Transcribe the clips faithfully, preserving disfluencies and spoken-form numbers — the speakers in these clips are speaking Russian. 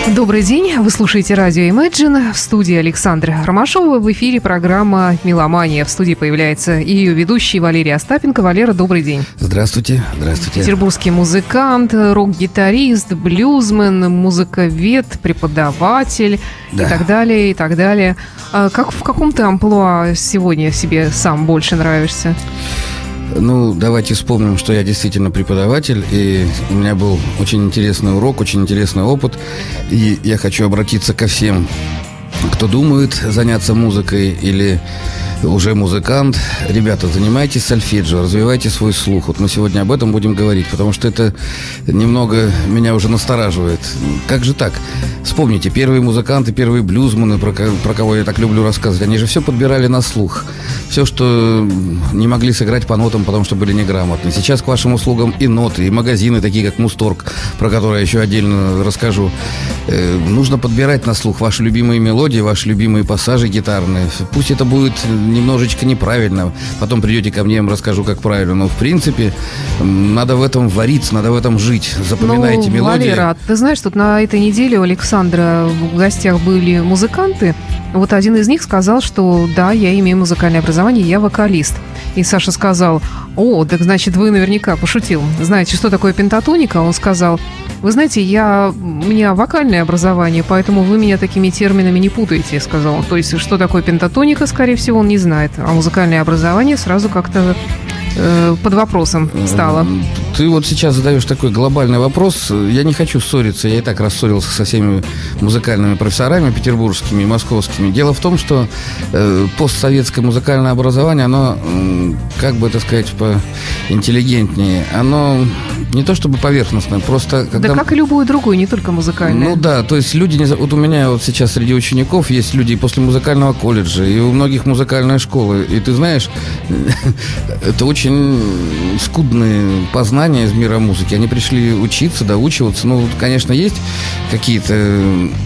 Добрый день, вы слушаете радио Imagine, в студии Александра Ромашова, в эфире программа «Меломания». В студии появляется ее ведущий Валерий Остапенко. Валера, добрый день. Здравствуйте, здравствуйте. Петербургский музыкант, рок-гитарист, блюзмен, музыковед, преподаватель, да, и так далее, и так далее. А как, в каком ты амплуа сегодня себе сам больше нравишься? Ну, давайте вспомним, что я действительно преподаватель, и у меня был очень интересный урок, очень интересный опыт. И я хочу обратиться ко всем, кто думает заняться музыкой или уже музыкант. Ребята, занимайтесь сольфеджио, развивайте свой слух. Вот мы сегодня об этом будем говорить, потому что это немного меня уже настораживает. Как же так? Вспомните, первые музыканты, первые блюзманы, про, про кого я так люблю рассказывать, они же все подбирали на слух. Все, что не могли сыграть по нотам, потому что были неграмотны. Сейчас к вашим услугам и ноты, и магазины, такие как Мусторг, про которые я еще отдельно расскажу. Э, нужно подбирать на слух ваши любимые мелодии, ваши любимые пассажи гитарные. Пусть это будет немножечко неправильно. Потом придете ко мне, я вам расскажу, как правильно. Но, в принципе, надо в этом вариться, надо в этом жить. Запоминайте ну, мелодии. Валера, ты знаешь, тут на этой неделе у Александра в гостях были музыканты. Вот один из них сказал, что да, я имею музыкальное образование, я вокалист. И Саша сказал: о, так значит, вы наверняка, пошутил, знаете, что такое пентатоника? Он сказал: вы знаете, я, у меня вокальное образование, поэтому вы меня такими терминами не путаете, сказал он. То есть, что такое пентатоника, скорее всего, он не знает. А музыкальное образование сразу как-то э, под вопросом стало. Ты вот сейчас задаешь такой глобальный вопрос. Я не хочу ссориться, я и так рассорился со всеми музыкальными профессорами петербургскими и московскими. Дело в том, что э, постсоветское музыкальное образование, оно, э, как бы это сказать, поинтеллигентнее, оно не то чтобы поверхностное, просто... Когда... Да как и любое другое, не только музыкальное. Ну да, то есть люди... Не... Вот у меня вот сейчас среди учеников есть люди после музыкального колледжа, и у многих музыкальная школа. И ты знаешь, это очень скудные познания из мира музыки. Они пришли учиться, доучиваться. Ну, конечно, есть какие-то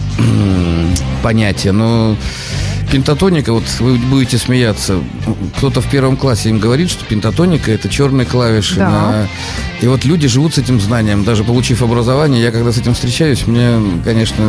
понятия, но... Пентатоника, вот вы будете смеяться. Кто-то в первом классе им говорит, что пентатоника — это черные клавиши. Да. На... И вот люди живут с этим знанием, даже получив образование. Я когда с этим встречаюсь, мне, конечно...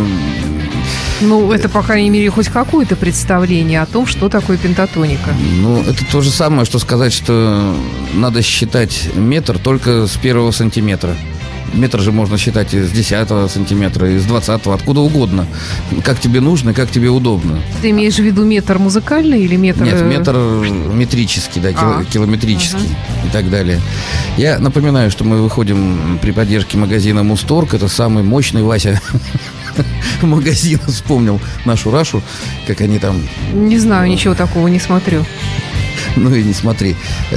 Ну, это, по крайней мере, хоть какое-то представление о том, что такое пентатоника. Ну, это то же самое, что сказать, что надо считать метр только с первого сантиметра. Метр же можно считать из десятого сантиметра, из двадцатого, откуда угодно. Как тебе нужно, как тебе удобно. Ты имеешь в виду метр музыкальный или метр... Нет, метр метрический, да, а. километрический uh-huh. и так далее. Я напоминаю, что мы выходим при поддержке магазина Мусторг. Это самый мощный, Вася, магазин. Вспомнил нашу Рашу, как они там... Не знаю, ничего такого не смотрю. Ну и не смотри.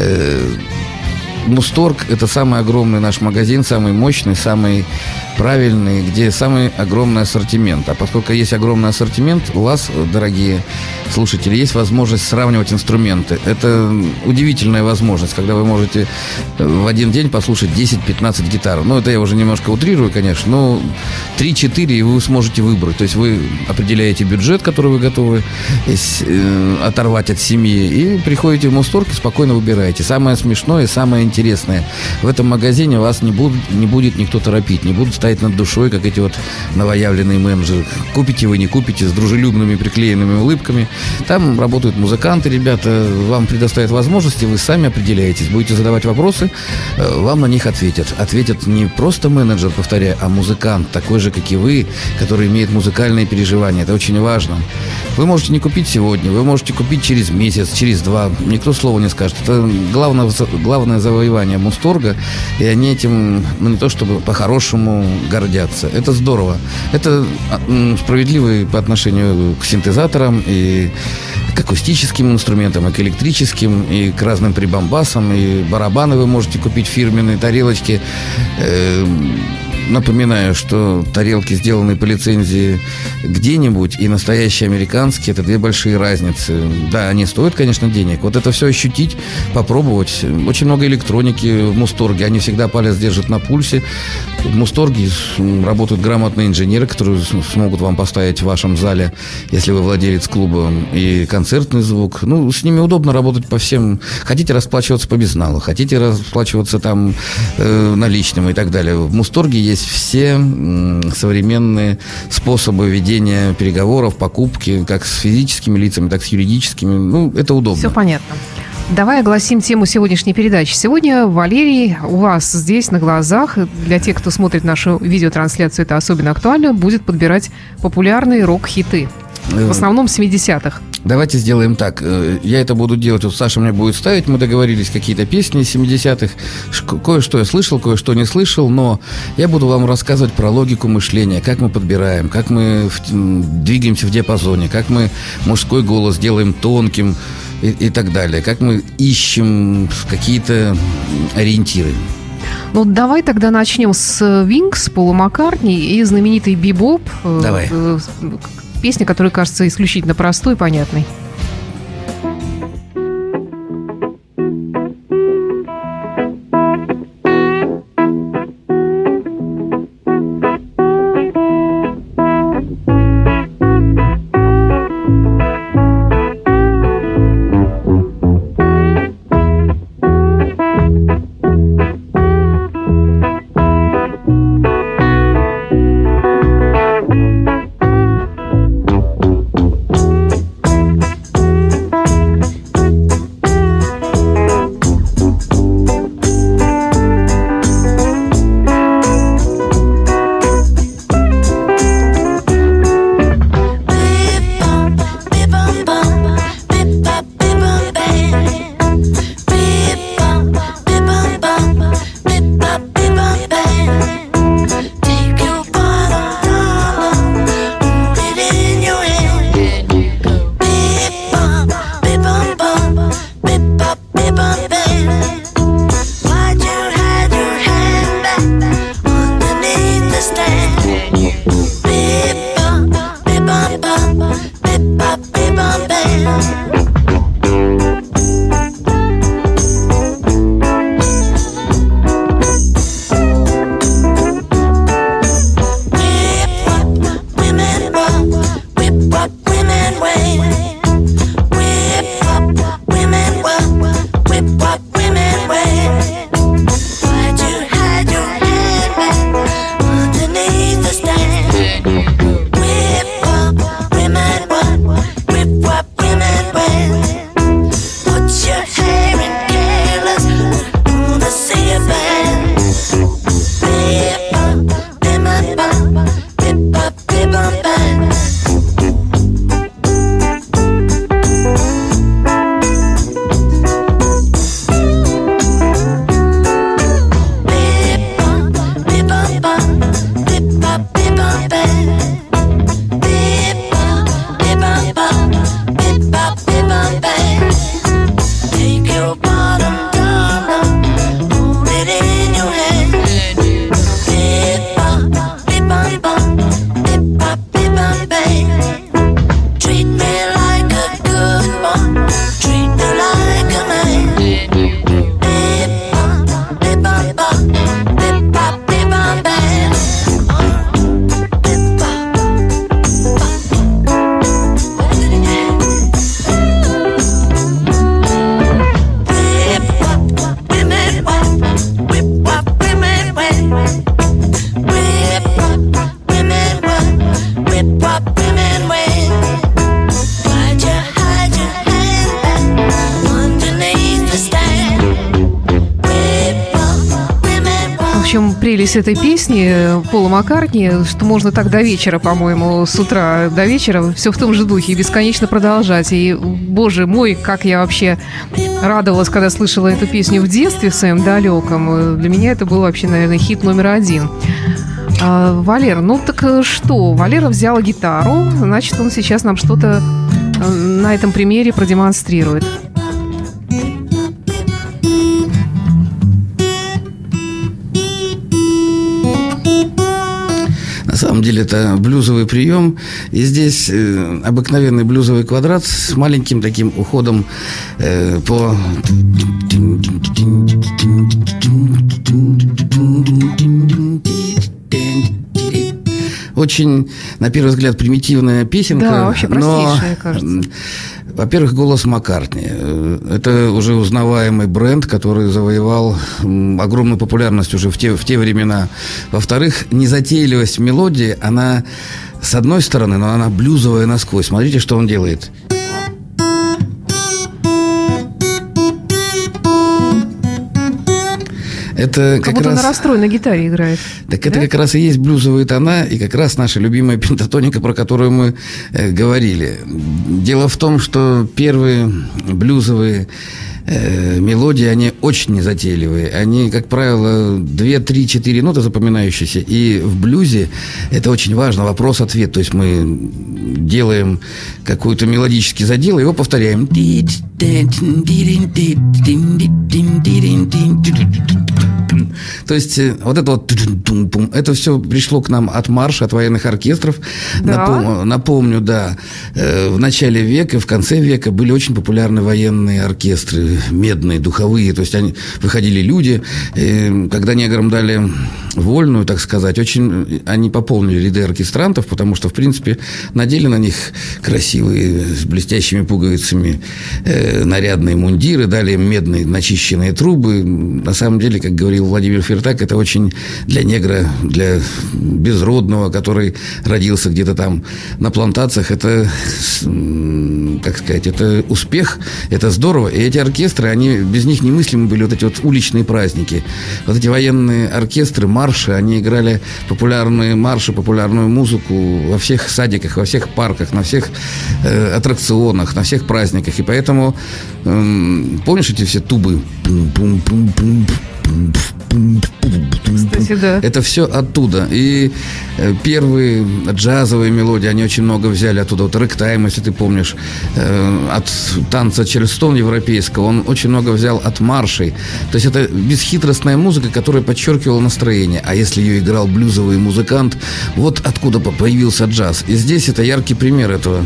Мусторг — это самый огромный наш магазин, самый мощный, самый правильный, где самый огромный ассортимент. А поскольку есть огромный ассортимент, у вас, дорогие слушатели, есть возможность сравнивать инструменты. Это удивительная возможность, когда вы можете в один день послушать десять-пятнадцать гитар. Ну, это я уже немножко утрирую, конечно, но три-четыре, и вы сможете выбрать. То есть вы определяете бюджет, который вы готовы э, оторвать от семьи, и приходите в Мусторг и спокойно выбираете. Самое смешное и самое интересное: в этом магазине вас не, будут, не будет никто торопить, не будут стоять над душой, как эти вот новоявленные менеджеры. Купите вы, не купите, с дружелюбными приклеенными улыбками. Там работают музыканты, ребята, вам предоставят возможности, вы сами определяетесь, будете задавать вопросы, вам на них ответят. Ответят не просто менеджер, повторяю, а музыкант, такой же, как и вы, который имеет музыкальные переживания. Это очень важно. Вы можете не купить сегодня, вы можете купить через месяц, через два. Никто слова не скажет. Это главное, главное завоевание Мусторга, и они этим, ну, не то чтобы по-хорошему гордятся. Это здорово. Это справедливо по отношению к синтезаторам и к акустическим инструментам, и к электрическим, и к разным прибамбасам, и барабаны вы можете купить фирменные, тарелочки. Напоминаю, что тарелки, сделанные по лицензии где-нибудь, и настоящие американские — это две большие разницы. Да, они стоят, конечно, денег. Вот это все ощутить, попробовать. Очень много электроники в Мусторге. Они всегда палец держат на пульсе. В Мусторге работают грамотные инженеры, которые смогут вам поставить в вашем зале, если вы владелец клуба, и концертный звук. Ну, с ними удобно работать по всем. Хотите расплачиваться по безналу, хотите расплачиваться там э, наличным и так далее. В Мусторге есть есть все м, современные способы ведения переговоров, покупки, как с физическими лицами, так и с юридическими. Ну, это удобно. Все понятно. Давай огласим тему сегодняшней передачи. Сегодня, Валерий, у вас здесь на глазах, для тех, кто смотрит нашу видеотрансляцию, это особенно актуально, будет подбирать популярные рок-хиты. В основном семидесятых. Давайте сделаем так. Я это буду делать. Вот Саша мне будет ставить. Мы договорились, какие-то песни семидесятых. Кое-что я слышал, кое-что не слышал. Но я буду вам рассказывать про логику мышления. Как мы подбираем, как мы двигаемся в диапазоне, как мы мужской голос делаем тонким и, и так далее. Как мы ищем какие-то ориентиры. Ну, давай тогда начнем с Wings, Пола Маккартни и знаменитый «Бибоп». Давай. Песня, которая кажется исключительно простой и понятной. Прелесть этой песни Пола Маккартни, что можно так до вечера, по-моему, с утра до вечера, все в том же духе, и бесконечно продолжать. И, боже мой, как я вообще радовалась, когда слышала эту песню в детстве в своем далеком. Для меня это был вообще, наверное, хит номер один. А, Валер, ну так что? Валера взял гитару, значит, он сейчас нам что-то на этом примере продемонстрирует. На самом деле это блюзовый прием. И здесь э, обыкновенный блюзовый квадрат с маленьким таким уходом э, по... очень, на первый взгляд, примитивная песенка. Да, вообще простейшая, кажется. Во-первых, голос Маккартни. Это уже узнаваемый бренд, который завоевал огромную популярность уже в те, в те времена. Во-вторых, незатейливость мелодии, она, с одной стороны, но она блюзовая насквозь. Смотрите, что он делает. Это как, как будто раз... на расстроенной гитаре играет. Так да? Это как раз и есть блюзовые тона, и как раз наша любимая пентатоника, про которую мы э, говорили. Дело в том, что первые блюзовые э, мелодии, они очень незатейливые. Они, как правило, две, три, четыре ноты запоминающиеся. И в блюзе это очень важно, вопрос-ответ. То есть мы делаем какой-то мелодический задел, его повторяем. То есть вот это вот это все пришло к нам от марша, от военных оркестров. Да. Напом- напомню, да, в начале века, в конце века были очень популярны военные оркестры, медные, духовые. То есть они, выходили люди, когда неграм дали вольную, так сказать, очень они пополнили ряды оркестрантов, потому что, в принципе, надели на них красивые, с блестящими пуговицами э, нарядные мундиры, дали им медные начищенные трубы. На самом деле, как говорил Владимир Фертак, это очень для негра, для безродного, который родился где-то там на плантациях, это, как сказать, это успех, это здорово. И эти оркестры, они, без них немыслимы были вот эти вот уличные праздники. Вот эти военные оркестры, марши, они играли популярные марши, популярную музыку во всех садиках, во всех парках, на всех э, аттракционах, на всех праздниках. И поэтому, э, помнишь эти все тубы? Кстати, да. Это все оттуда. И первые джазовые мелодии, они очень много взяли оттуда. Вот рэктайм, если ты помнишь, от танца Чарльстон европейского, он очень много взял от маршей. То есть это бесхитростная музыка, которая подчеркивала настроение. А если ее играл блюзовый музыкант, вот откуда появился джаз. И здесь это яркий пример этого.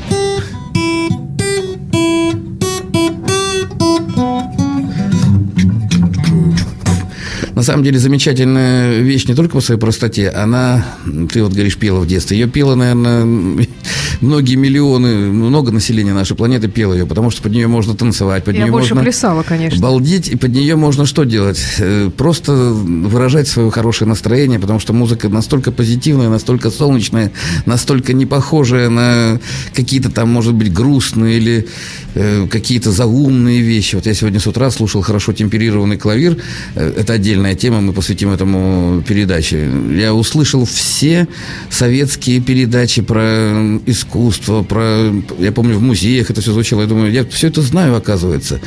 На самом деле замечательная вещь не только по своей простоте. Она, ты вот говоришь, пела в детстве. Ее пела, наверное, многие миллионы, много населения нашей планеты пело ее, потому что под нее можно танцевать, под Я нее больше можно плясала, конечно. балдеть, и под нее можно что делать? Просто выражать свое хорошее настроение, потому что музыка настолько позитивная, настолько солнечная, настолько не похожая на какие-то там, может быть, грустные или э, какие-то заумные вещи. Вот я сегодня с утра слушал хорошо темперированный клавир. Это отдельная тема, мы посвятим этому передаче. Я услышал все советские передачи про искусство, про... Я помню, в музеях это все звучало. Я думаю, я все это знаю, оказывается.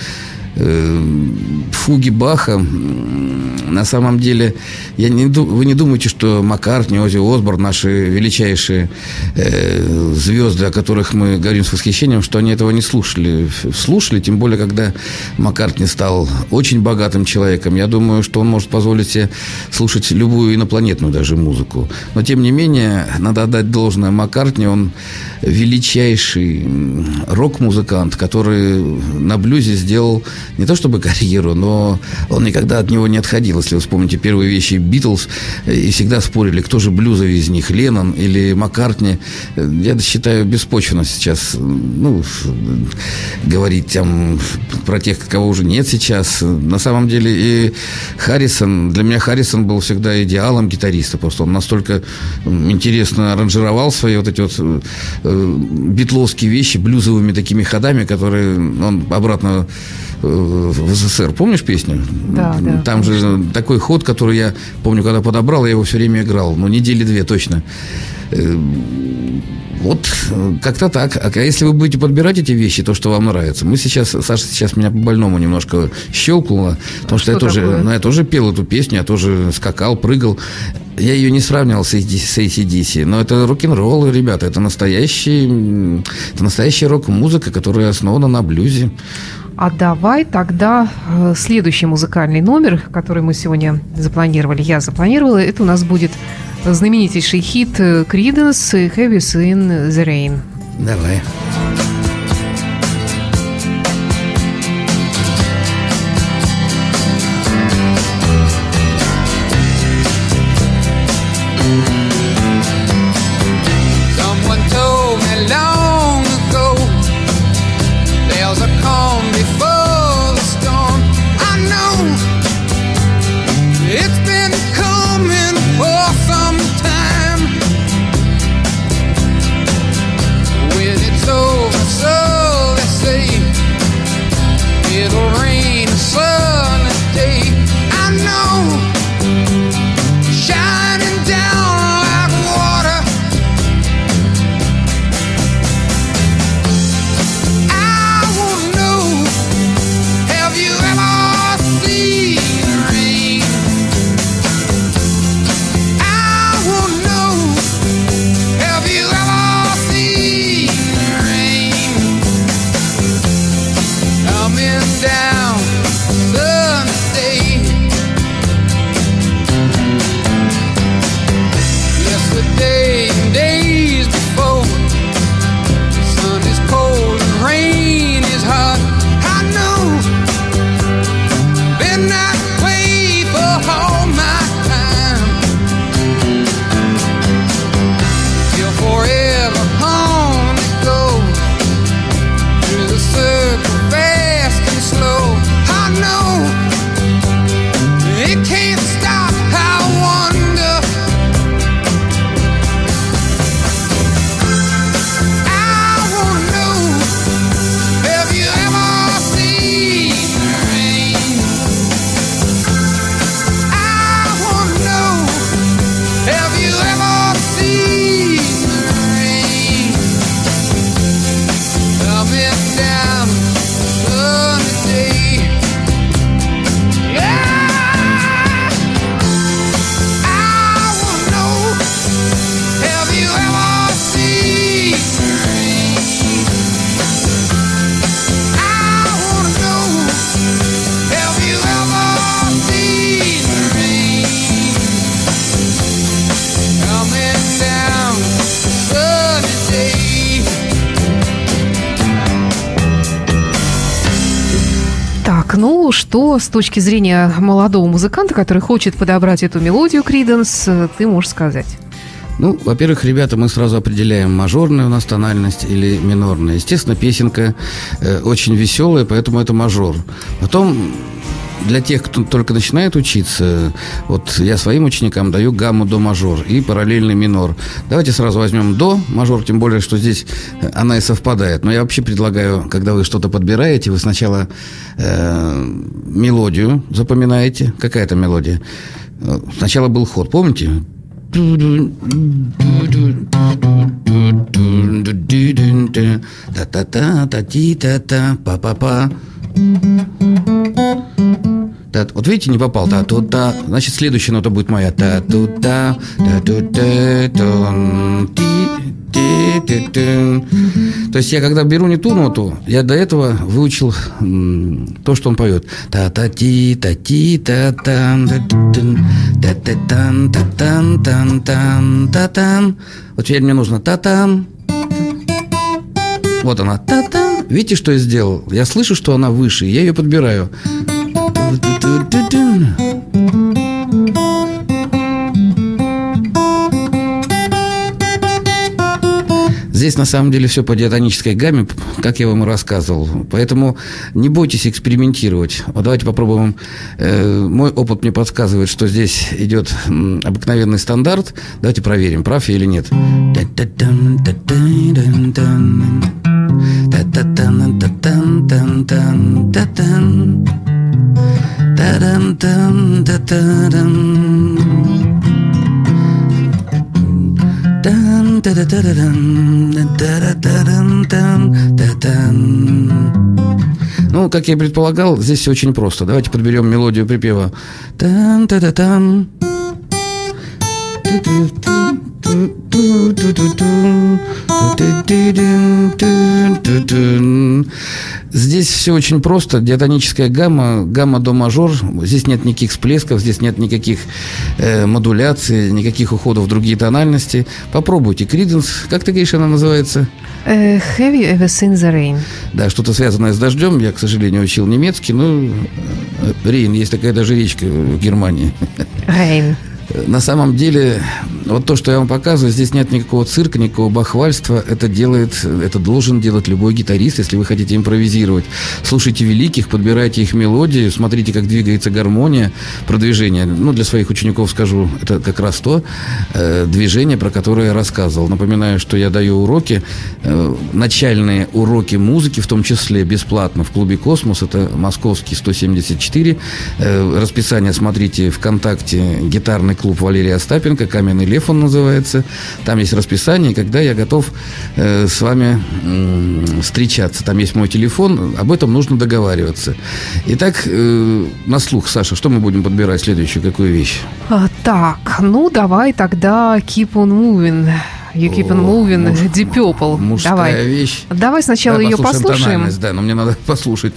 Фуги Баха, на самом деле, я не, вы не думаете, что Маккартни, Оззи Осборн, наши величайшие э, звезды, о которых мы говорим с восхищением, что они этого не слушали. Слушали, тем более, когда Маккартни стал очень богатым человеком. Я думаю, что он может позволить себе слушать любую инопланетную даже музыку. Но, тем не менее, надо отдать должное Маккартни. Он величайший рок-музыкант, который на блюзе сделал не то чтобы карьеру, но он никогда от него не отходил. Если вы вспомните первые вещи Битлз, и всегда спорили, кто же блюзовый из них, Леннон или Маккартни. Я считаю беспочвенно сейчас ну, говорить там про тех, кого уже нет сейчас. На самом деле и Харрисон, для меня Харрисон был всегда идеалом гитариста. Просто он настолько интересно аранжировал свои вот эти вот битловские вещи блюзовыми такими ходами, которые он обратно в СССР. Помнишь песню? Да, да. Там конечно. Же такой ход, который я помню, когда подобрал, я его все время играл. Ну, недели две точно. Вот как-то так. А если вы будете подбирать эти вещи, то, что вам нравится. Мы сейчас, Саша сейчас меня по-больному немножко щелкнула, потому а что, что я тоже, ну, я тоже пел эту песню, я тоже скакал, прыгал. Я ее не сравнивал с эй си ди си, но это рок-н-ролл, ребята. Это настоящий, это настоящая рок-музыка, которая основана на блюзе. А давай тогда следующий музыкальный номер, который мы сегодня запланировали, я запланировала, это у нас будет знаменитейший хит Creedence «Have You Seen the Rain». Давай. что с точки зрения молодого музыканта, который хочет подобрать эту мелодию Creedence, ты можешь сказать? Ну, во-первых, ребята, мы сразу определяем, мажорная у нас тональность или минорная. Естественно, песенка э, очень веселая, поэтому это мажор. Потом, для тех, кто только начинает учиться, вот я своим ученикам даю гамму до мажор и параллельный минор. Давайте сразу возьмем до мажор, тем более, что здесь она и совпадает. Но я вообще предлагаю, когда вы что-то подбираете, вы сначала э, мелодию запоминаете. Какая это мелодия? Сначала был ход, помните? Та-та-та-та-ти-та-та, вот видите, не попал. Та-ту-та. Значит, следующая нота будет моя. Та-ту-та, та-ту-та-тун-ти-ти-ти-тун. То есть я, когда беру не ту ноту, я до этого выучил м, то, что он поет. Та-та-ти-та-ти-та-тан, та-та-тан, та-тан, тан-тан, та-тан. Вот теперь мне нужно та-тан. Вот она, та-тан. Видите, что я сделал? Я слышу, что она выше, я ее подбираю. Здесь на самом деле все по диатонической гамме, как я вам и рассказывал. Поэтому не бойтесь экспериментировать. Вот давайте попробуем. Э, мой опыт мне подсказывает, что здесь идет м, обыкновенный стандарт. Давайте проверим, прав я или нет. Ну, как я и предполагал, здесь все очень просто. Давайте подберем мелодию припева. Тан-та-та-тан. Здесь все очень просто. Диатоническая гамма, гамма до мажор. Здесь нет никаких всплесков, здесь нет никаких э, модуляций, никаких уходов в другие тональности. Попробуйте. Creedence, как ты говоришь, она называется? Uh, have you ever seen the rain? Да, что-то связанное с дождем. Я, к сожалению, учил немецкий, но Рейн, есть такая даже речка в Германии. Rain. На самом деле, вот то, что я вам показываю, здесь нет никакого цирка, никакого бахвальства. Это делает, это должен делать любой гитарист, если вы хотите импровизировать. Слушайте великих, подбирайте их мелодии, смотрите, как двигается гармония, продвижение. Ну, для своих учеников скажу, это как раз то э, движение, про которое я рассказывал. Напоминаю, что я даю уроки, э, начальные уроки музыки, в том числе бесплатно в клубе «Космос». Это московский сто семьдесят четыре. Э, расписание смотрите ВКонтакте, гитарный клуб Валерия Остапенко, «Каменный лев» он называется. Там есть расписание, когда я готов э, с вами э, встречаться. Там есть мой телефон, об этом нужно договариваться. Итак, э, на слух, Саша, что мы будем подбирать следующую, какую вещь? А, так, ну давай тогда Keep on Moving. You Keep on Moving, муж, Deep Purple. Мужская давай. вещь. Давай сначала Давай ее послушаем. Тональность, да, но мне надо послушать.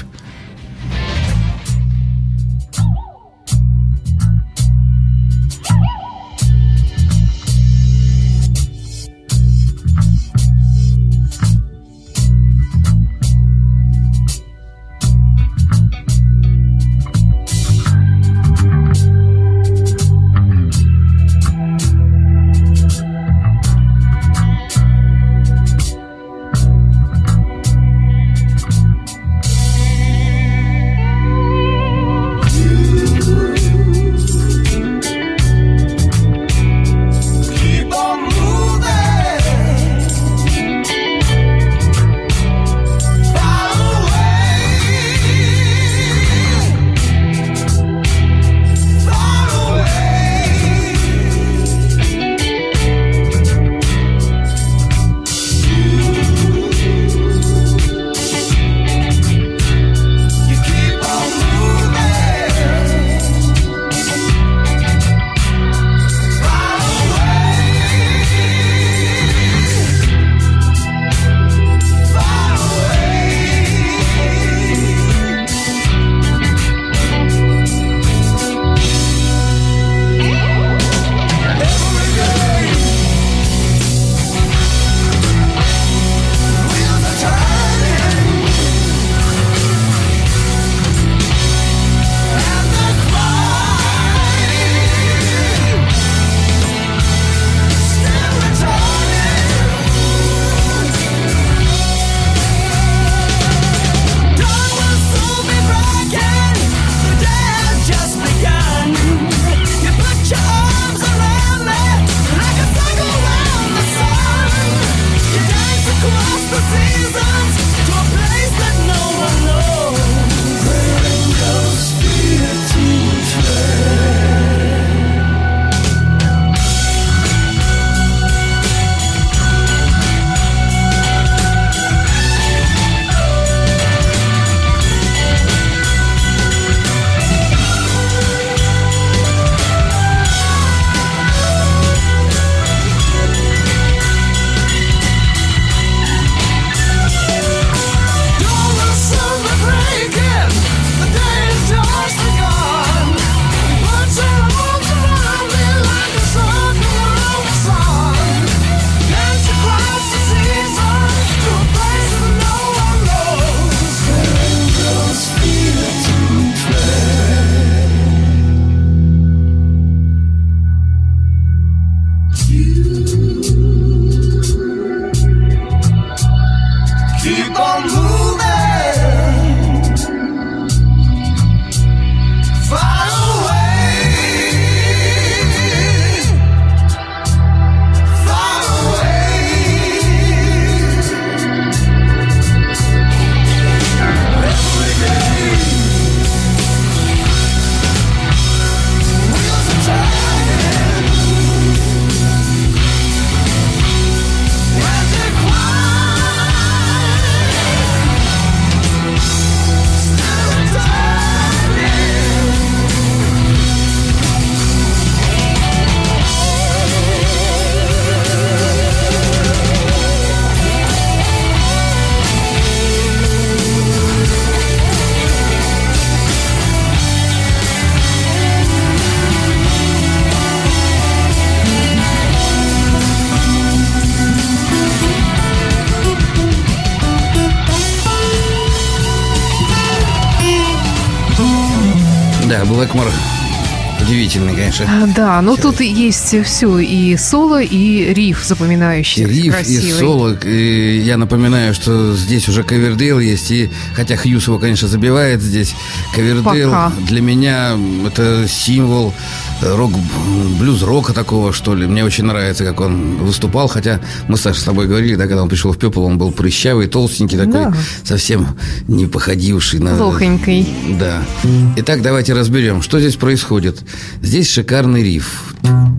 Да, Блэкмор удивительный, конечно. Да, но тут есть все, и соло, и риф запоминающийся, и риф, красивый. И соло. И я напоминаю, что здесь уже Ковердейл есть, и хотя Хьюз его, конечно, забивает здесь, Ковердейл Пока. для меня это символ рок, блюз-рока такого, что ли. Мне очень нравится, как он выступал, хотя мы с Сашей с тобой говорили, да, когда он пришел в Пепел, он был прыщавый, толстенький такой, Да. совсем не походивший на... Плохонький. Да. Итак, давайте разберем, что здесь происходит. Здесь шикарный риф.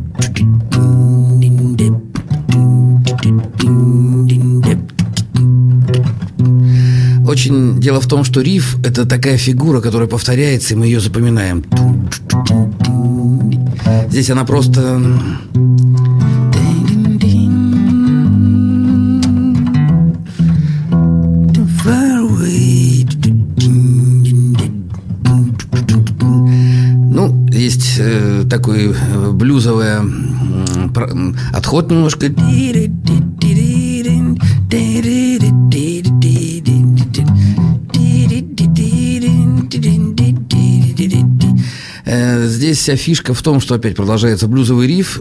Очень дело в том, что риф – это такая фигура, которая повторяется, и мы ее запоминаем. Здесь она просто... Ну, есть э, такой э, блюзовый э, про- отход немножко. Э, Здесь вся фишка в том, что опять продолжается блюзовый риф.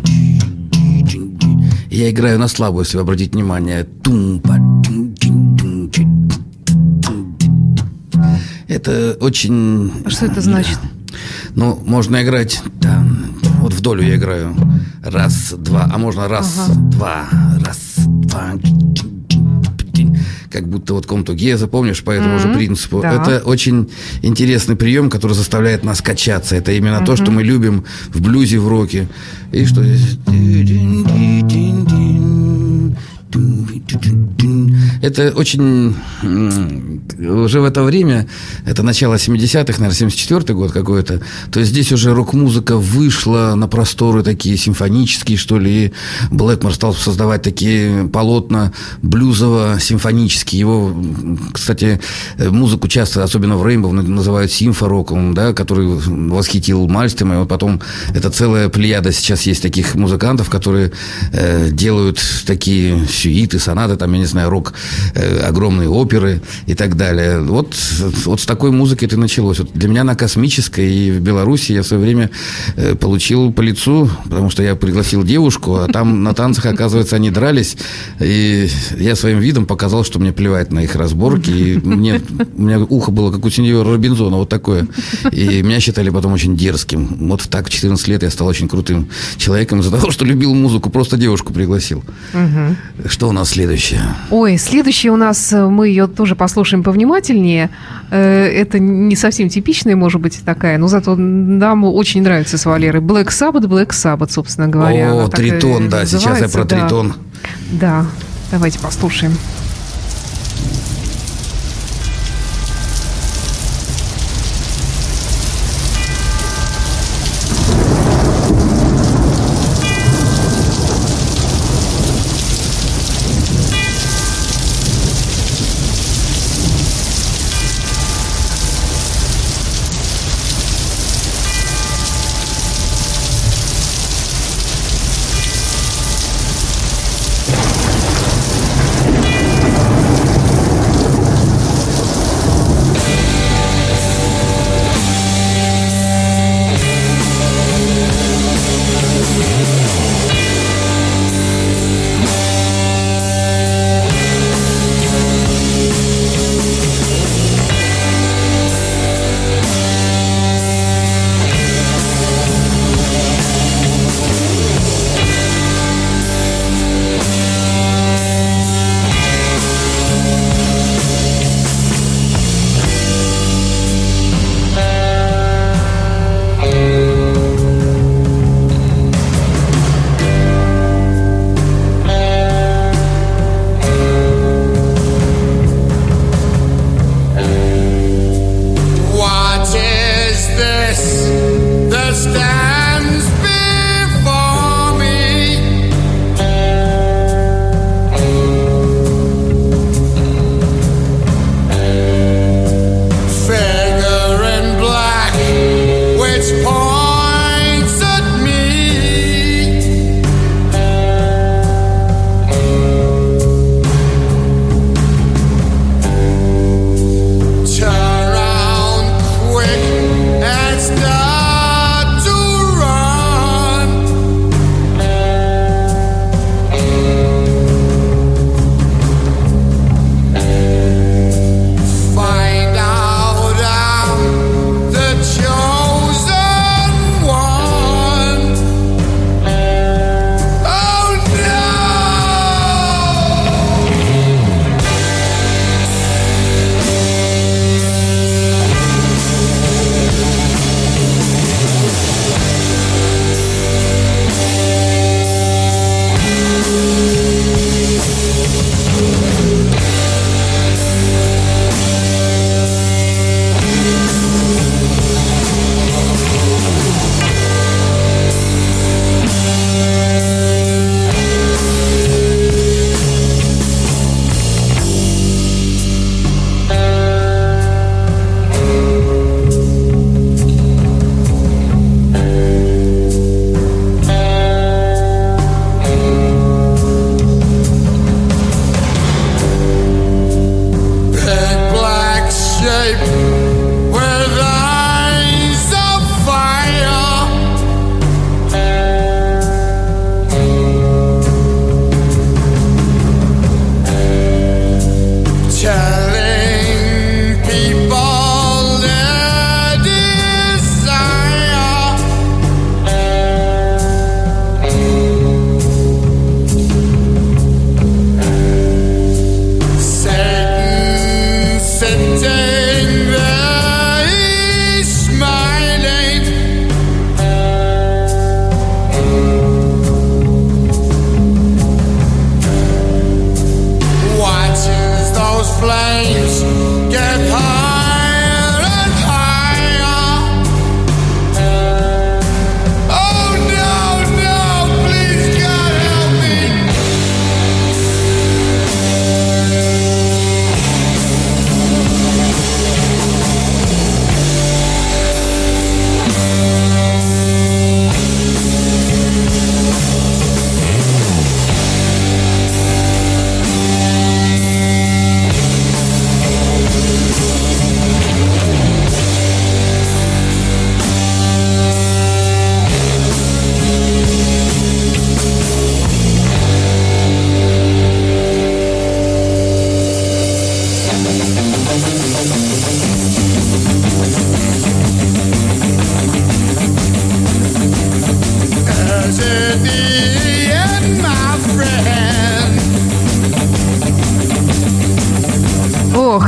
Я играю на слабую, если вы обратите внимание. Это очень... Что это значит? Ну, можно играть там, вот в долю я играю. Раз, два, а можно раз, Ага. два, раз, два. Как будто вот комту Геза, помнишь, по этому Мгм. же принципу. Да. Это очень интересный прием, который заставляет нас качаться. Это именно то, что мы любим в блюзе, в роке. И что здесь? Это очень... м, уже в это время, это начало семидесятых, наверное, семьдесят четвёртый год какой-то, то есть здесь уже рок-музыка вышла на просторы такие симфонические, что ли, и Блэкмор стал создавать такие полотна блюзово-симфонические. Его, м, кстати, музыку часто, особенно в Рейнбоу, называют симфороком, да, который восхитил Мальстема, и вот потом это целая плеяда сейчас есть таких музыкантов, которые э, делают такие сюиты, сонаты, там, я не знаю, рок, э, огромные оперы и так далее. Вот, вот с такой музыкой это началось. Вот для меня она космическая, и в Беларуси я в свое время э, получил по лицу, потому что я пригласил девушку, а там на танцах, оказывается, они дрались, и я своим видом показал, что мне плевать на их разборки, и мне, у меня ухо было, как у сеньора Робинзона, вот такое. И меня считали потом очень дерзким. Вот так в четырнадцать лет я стал очень крутым человеком из-за того, что любил музыку, просто девушку пригласил. Угу. Что у нас следующее? Ой, следующее у нас, мы ее тоже послушаем повнимательнее. Э, Это не совсем типичная, может быть, такая, но зато нам очень нравится с Валерой. Black Sabbath, Black Sabbath, собственно говоря. О, Она так и Тритон, да, сейчас я называется, про да. Тритон. Да, давайте послушаем. Thank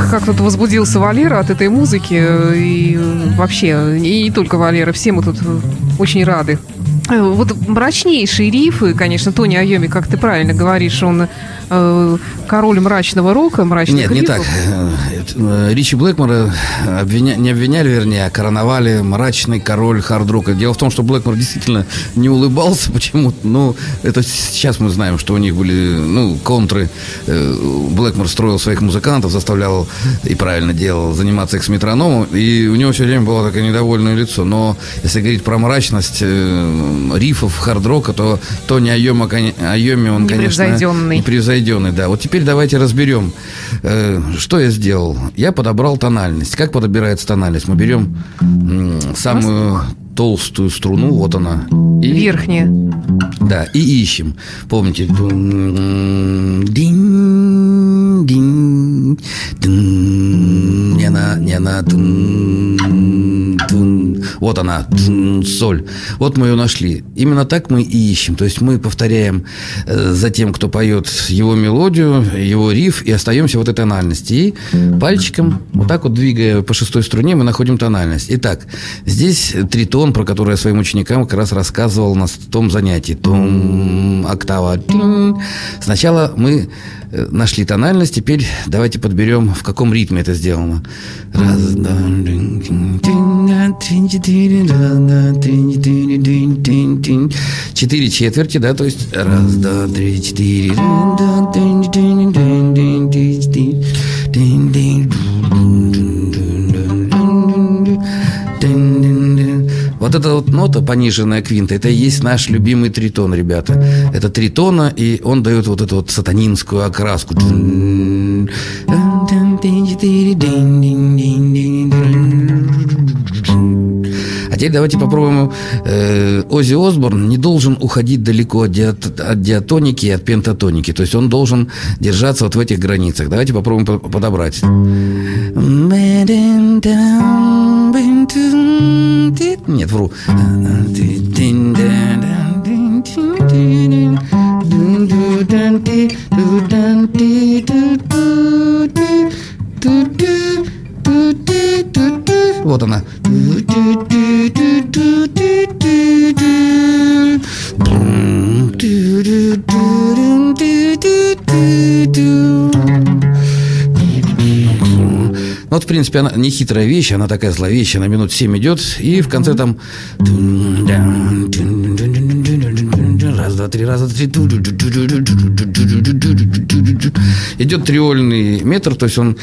Ох, как тут возбудился Валера от этой музыки. И вообще, и не только Валера, все мы тут очень рады. Вот мрачнейшие рифы, конечно, Тони Айоми, как ты правильно говоришь, он э, король мрачного рока, мрачных Нет, рифов. не так. Ричи Блэкмора обвиня... не обвиняли, вернее, а короновали мрачный король хард-рока. Дело в том, что Блэкмор действительно не улыбался почему-то. Ну, это сейчас мы знаем, что у них были, ну, контры. Блэкмор строил своих музыкантов, заставлял, и правильно делал, заниматься их с метрономом. И у него все время было такое недовольное лицо. Но если говорить про мрачность рифов хард-рока, то Тони Айоми, Айоми он, конечно, непревзойденный, да. Вот теперь давайте разберем, э, что я сделал. Я подобрал тональность. Как подбирается тональность? Мы берем м, самую толстую струну, вот она. И, верхняя. Да, и ищем. Помните? Динь, динь, динь, не на, не на, динь, динь. Вот она, соль. Вот мы ее нашли. Именно так мы и ищем. То есть мы повторяем э, за тем, кто поет его мелодию, его риф, и остаемся в этой тональности. И пальчиком, вот так вот двигая по шестой струне, мы находим тональность. Итак, здесь тритон, про который я своим ученикам как раз рассказывал на том занятии. Том, октава. Сначала мы нашли тональность, теперь давайте подберем, в каком ритме это сделано. Раз, два, четыре четверти, да, то есть раз, два, три, четыре. Вот эта вот нота, пониженная квинта, это и есть наш любимый тритон, ребята. Это тритона, и он дает вот эту вот сатанинскую окраску. А теперь давайте попробуем. э, Оззи Осборн не должен уходить далеко от, диат, от диатоники и от пентатоники. То есть он должен держаться вот в этих границах. Давайте попробуем по- подобрать. Нет, вру. Вот она. Вот, в принципе, она не хитрая вещь, она такая зловещая, на минут семь идет, и в конце там раз, два, три, раз, два, три, идет триольный метр, то есть он...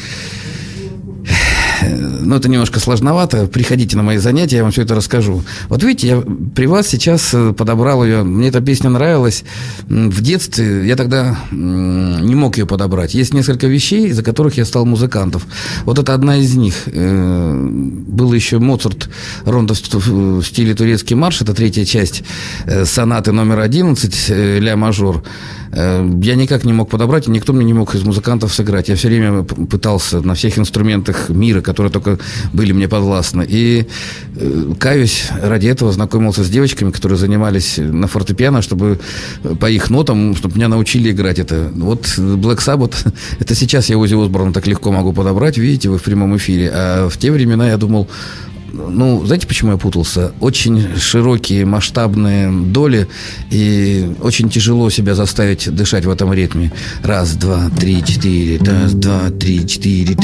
Ну, это немножко сложновато. Приходите на мои занятия, я вам все это расскажу. Вот видите, я при вас сейчас подобрал ее. Мне эта песня нравилась. В детстве я тогда не мог ее подобрать. Есть несколько вещей, из-за которых я стал музыкантом. Вот это одна из них. Был еще Моцарт, рондо в стиле турецкий марш. Это третья часть сонаты номер одиннадцать, ля мажор. Я никак не мог подобрать, и никто мне не мог из музыкантов сыграть. Я все время пытался на всех инструментах мира, которые только были мне подвластны. И, каюсь, ради этого знакомился с девочками, которые занимались на фортепиано, чтобы по их нотам, чтобы меня научили играть это. Вот Black Sabbath, это сейчас я Оззи Осборна так легко могу подобрать, видите, вы в прямом эфире. А в те времена я думал... Ну, знаете, почему я путался? Очень широкие, масштабные доли, и очень тяжело себя заставить дышать в этом ритме. Раз, два, три, четыре, раз, два, три, четыре,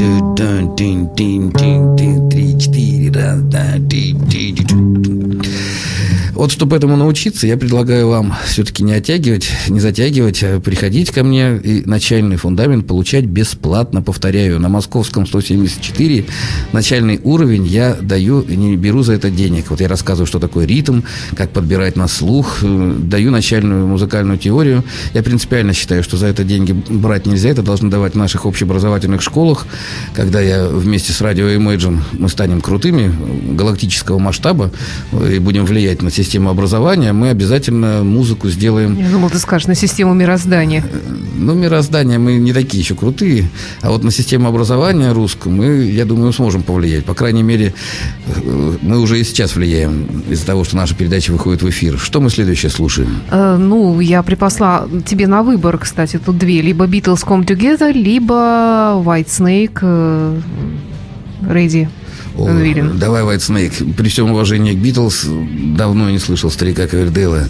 три, четыре, раз, два, три, четыре. Вот, чтобы этому научиться, я предлагаю вам все-таки не оттягивать, не затягивать, а приходить ко мне и начальный фундамент получать бесплатно. Повторяю, на Московском сто семьдесят четыре начальный уровень я даю, не беру за это денег. Вот я рассказываю, что такое ритм, как подбирать на слух, даю начальную музыкальную теорию. Я принципиально считаю, что за это деньги брать нельзя, это должны давать в наших общеобразовательных школах. Когда я вместе с Radio Imagine мы станем крутыми, галактического масштаба, и будем влиять на систему систему образования, мы обязательно музыку сделаем... Я думал, ты скажешь, на систему мироздания. Ну, мироздание мы не такие еще крутые, а вот на систему образования русскую мы, я думаю, сможем повлиять. По крайней мере, мы уже и сейчас влияем из-за того, что наша передача выходит в эфир. Что мы следующее слушаем? Э, ну, я припасла тебе на выбор, кстати, тут две. Либо Beatles Come Together, либо White Snake э, Ready. О, давай White Snake. При всем уважении к Битлз, давно не слышал старика Ковердейла.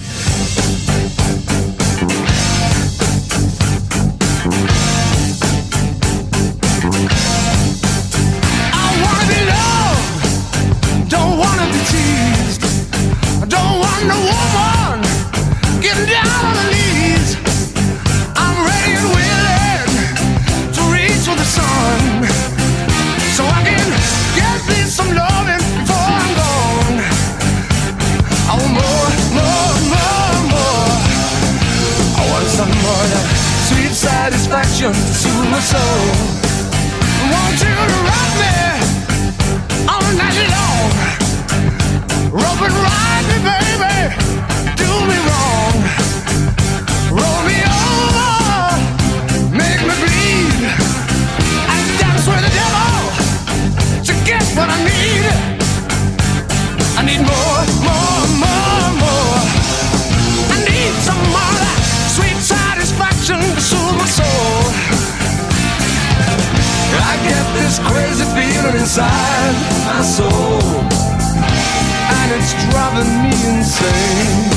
To soothe my soul. Want you to rock me all night long. Rope and ride me, baby. Do me wrong. Roll me over, make me bleed. I dance with the devil to get what I need. I need more, more, more, more. I need some more of that sweet satisfaction to soothe my soul. I get this crazy feeling inside my soul, and it's driving me insane.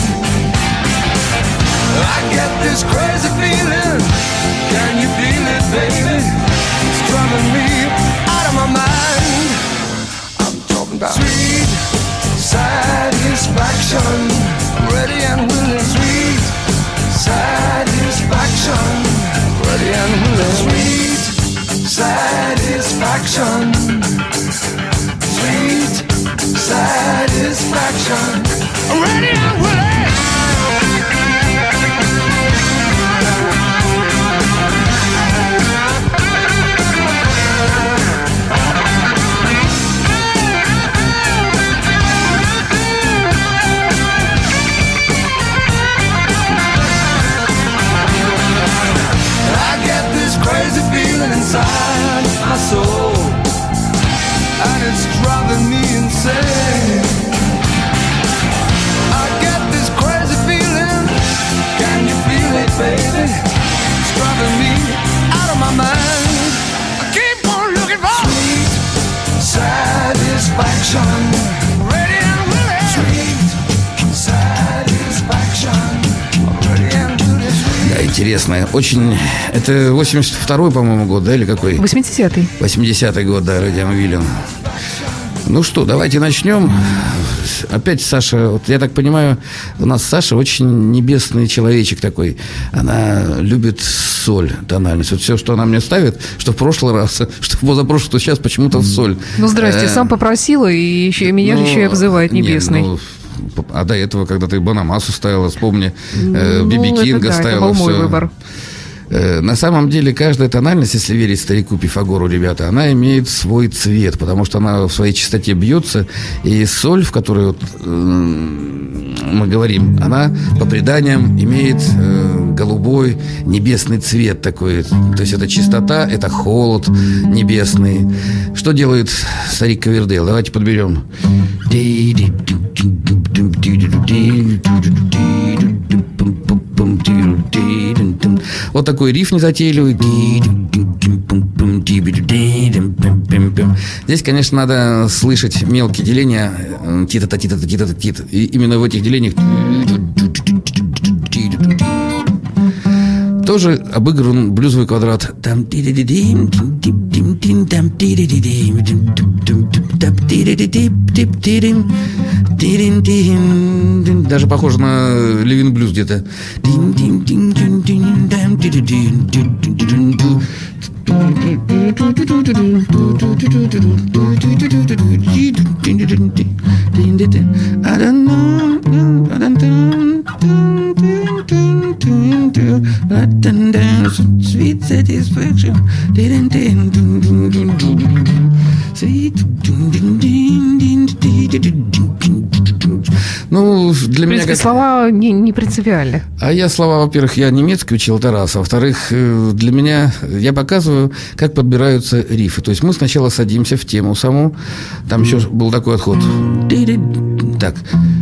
I get this crazy feeling, can you feel it, baby? It's driving me out of my mind. I'm talking about sweet satisfaction, ready and willing. Sweet satisfaction, ready and willing. Sweet satisfaction, sweet satisfaction, ready and willing. I get this crazy feeling inside my soul, and it's driving me insane. I get this crazy feeling, can you feel it, baby? It's driving me out of my mind. I keep on looking for sweet satisfaction, ready and willing. Sweet satisfaction, ready and willing. Да, интересно. Очень... Это восемьдесят второй, по-моему, год, да, или какой? восьмидесятый. восьмидесятый год, да, Радиан Уильям. Ну что, давайте начнем. Опять Саша, вот я так понимаю, у нас Саша очень небесный человечек такой. Она любит соль, тональность. Вот все, что она мне ставит, что в прошлый раз, что в позапрошлый, что сейчас почему-то в соль. Ну, здрасте, сам попросила, и еще, меня же Ну, еще и обзывает небесный. нет, ну, а до этого, когда ты Бонамассу ставила, вспомни, э, Биби Ну, Кинга это да, ставила. это был мой всё. выбор. Э, На самом деле, каждая тональность, если верить старику Пифагору, ребята, она имеет свой цвет, потому что она в своей чистоте бьется. И соль, в которой вот, э, мы говорим, она по преданиям имеет э, голубой небесный цвет такой. То есть это чистота, это холод небесный. Что делает старик Ковердейл? Давайте подберем. Вот такой риф незатейливый. Здесь, конечно, надо слышать мелкие деления. Тита-та, тита-та, тита-та, тита. И именно в этих делениях тоже обыгран блюзовый квадрат. Даже похоже на Левин блюз где-то. Sweet satisfaction. Sweet. Ну, для В меня принципе, как... слова не, не принципиальны. А я слова, во-первых, я немецкий учил, это раз. А во-вторых, э, для меня, я показываю, как подбираются рифы. То есть мы сначала садимся в тему саму. Там еще был такой отход. Так.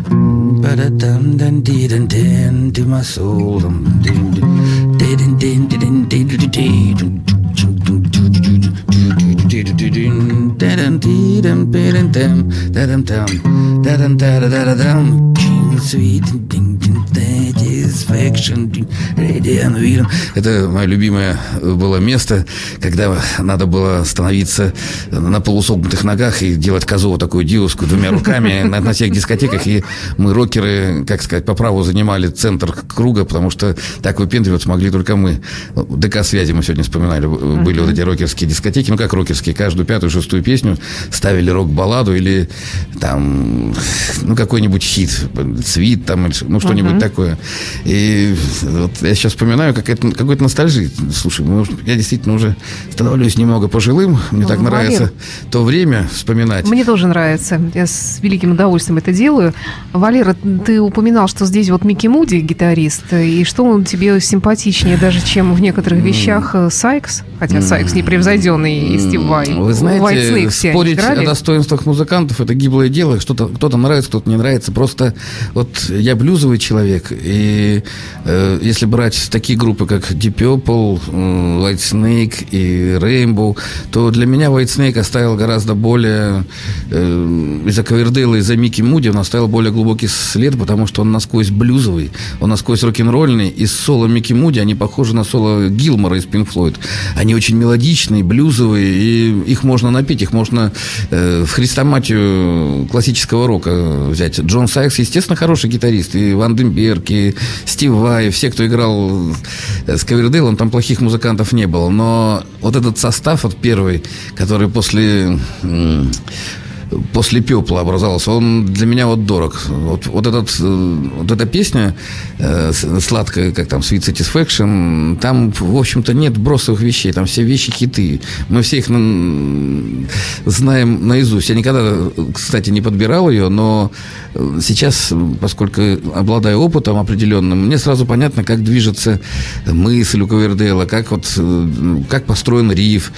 Это мое любимое было место, когда надо было становиться на полусогнутых ногах и делать козу вот такую диуску двумя руками на, на всех дискотеках. И мы, рокеры, как сказать, по праву занимали центр круга, потому что так выпендриваться могли только мы. ДК-связи мы сегодня вспоминали. Были uh-huh. вот эти рокерские дискотеки. Ну, как рокерские? Каждую пятую, шестую песню ставили рок-балладу или там, ну, какой-нибудь хит. Свит там, ну, что-нибудь uh-huh. такое. И вот я сейчас вспоминаю, какая-то, какой-то ностальжи. Слушай, ну, я действительно уже становлюсь немного пожилым. Мне ну, так Валер, нравится то время вспоминать. Мне тоже нравится. Я с великим удовольствием это делаю. Валера, ты упоминал, что здесь вот Микки Муди гитарист, и что он тебе симпатичнее даже, чем в некоторых вещах Сайкс? Хотя Сайкс непревзойденный и Стив Vai. Вы знаете, спорить о достоинствах музыкантов – это гиблое дело. Что-то, кто-то нравится, кто-то не нравится. Просто вот я блюзовый человек, и э, если брать такие группы, как Deep Purple, э, White Snake и Rainbow, то для меня White Snake оставил гораздо более, э, из-за Ковердейла, из-за Микки Муди, он оставил более глубокий след, потому что он насквозь блюзовый, он насквозь рок-н-ролльный, и соло Микки Муди, они похожи на соло Гилмора из Pink Floyd. Они очень мелодичные, блюзовые, и их можно напеть, их можно э, в хрестоматию классического рока взять. Джон Сайкс, естественно, хороший гитарист, и Ванденберг, и Стив Vai, все, кто играл с Ковердейлом, там плохих музыкантов не было. Но вот этот состав, вот первый, который после... после «Пепла» образовался, он для меня вот дорог. Вот, вот, этот, вот эта песня э, сладкая, как там «Sweet Satisfaction», там, в общем-то, нет бросовых вещей, там все вещи хиты. Мы все их на, знаем наизусть. Я никогда, кстати, не подбирал ее, но сейчас, поскольку обладаю опытом определенным, мне сразу понятно, как движется мысль у Ковердейла, как, вот, как построен риф.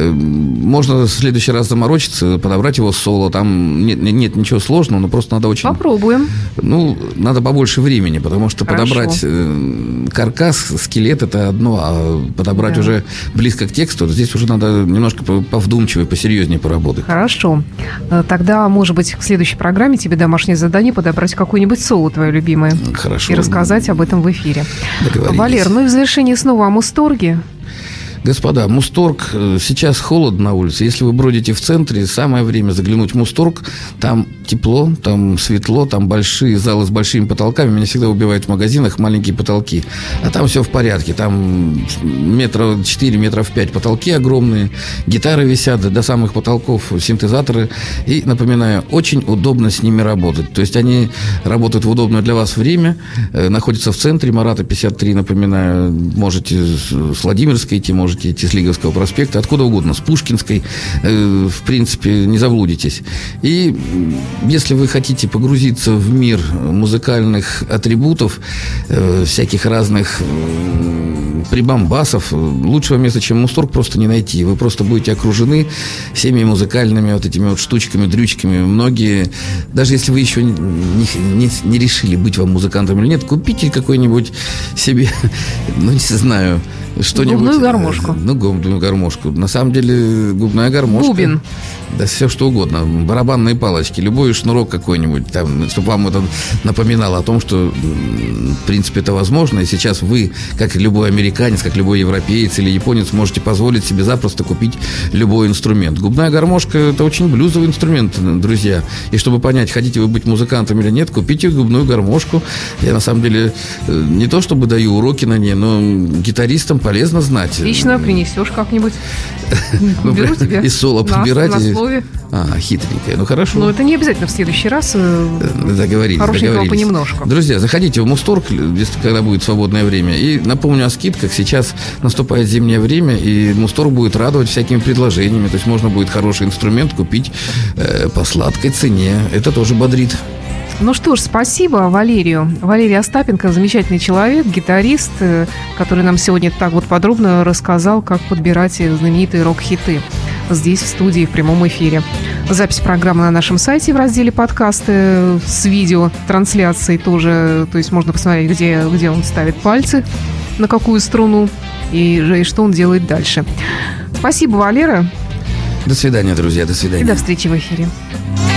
Можно в следующий раз заморочиться, подобрать его соло. Там нет, нет ничего сложного, но просто надо очень... Попробуем. Ну, надо побольше времени, потому что Хорошо. подобрать э, каркас, скелет – это одно, а подобрать да. уже близко к тексту, здесь уже надо немножко повдумчивее, посерьезнее поработать. Хорошо. Тогда, может быть, в следующей программе тебе домашнее задание подобрать какое-нибудь соло твое любимое. Хорошо. И рассказать об этом в эфире. Валер, ну и в завершении снова о Мусторге. Господа, Мусторг, сейчас холодно на улице. Если вы бродите в центре, самое время заглянуть в Мусторг. Там тепло, там светло, там большие залы с большими потолками. Меня всегда убивают в магазинах маленькие потолки. А там все в порядке. Там метров четыре, метров пять потолки огромные. Гитары висят до самых потолков, синтезаторы. И, напоминаю, очень удобно с ними работать. То есть они работают в удобное для вас время. Находятся в центре Марата пятьдесят три, напоминаю. Можете с Владимирской идти, можете можете идти с Лиговского проспекта, откуда угодно, с Пушкинской, э, в принципе, не заблудитесь. И если вы хотите погрузиться в мир музыкальных атрибутов, э, всяких разных э, прибамбасов, лучшего места, чем Мусторг, просто не найти. Вы просто будете окружены всеми музыкальными вот этими вот штучками, дрючками. Многие, даже если вы еще не, не, не решили, быть вам музыкантом или нет, купите какой-нибудь себе, ну, не знаю, что-нибудь. Губную гармошку. Ну, губную гармошку. На самом деле, губная гармошка. Бубен. Да все что угодно. Барабанные палочки, любой шнурок какой-нибудь, там, чтобы вам это напоминало о том, что, в принципе, это возможно. И сейчас вы, как любой американец, как любой европеец или японец, можете позволить себе запросто купить любой инструмент. Губная гармошка – это очень блюзовый инструмент, друзья. И чтобы понять, хотите вы быть музыкантом или нет, купите губную гармошку. Я, на самом деле, не то чтобы даю уроки на ней, но гитаристам полезно знать. Отлично, принесешь как-нибудь. Беру тебя. И соло подбирать. На слове. А, хитренькая. Ну, хорошо. Но это не обязательно в следующий раз. Договорились, Хорошенького понемножку. Друзья, заходите в Мусторг, когда будет свободное время. И напомню о скидках. Сейчас наступает зимнее время, и Мусторг будет радовать всякими предложениями. То есть можно будет хороший инструмент купить э, по сладкой цене. Это тоже бодрит. Ну что ж, спасибо Валерию. Валерий Остапенко, замечательный человек, гитарист, который нам сегодня так вот подробно рассказал, как подбирать знаменитые рок-хиты здесь, в студии, в прямом эфире. Запись программы на нашем сайте в разделе подкасты с видеотрансляцией тоже. То есть можно посмотреть, где, где он ставит пальцы, на какую струну и, и что он делает дальше. Спасибо, Валера. До свидания, друзья, до свидания. И до встречи в эфире.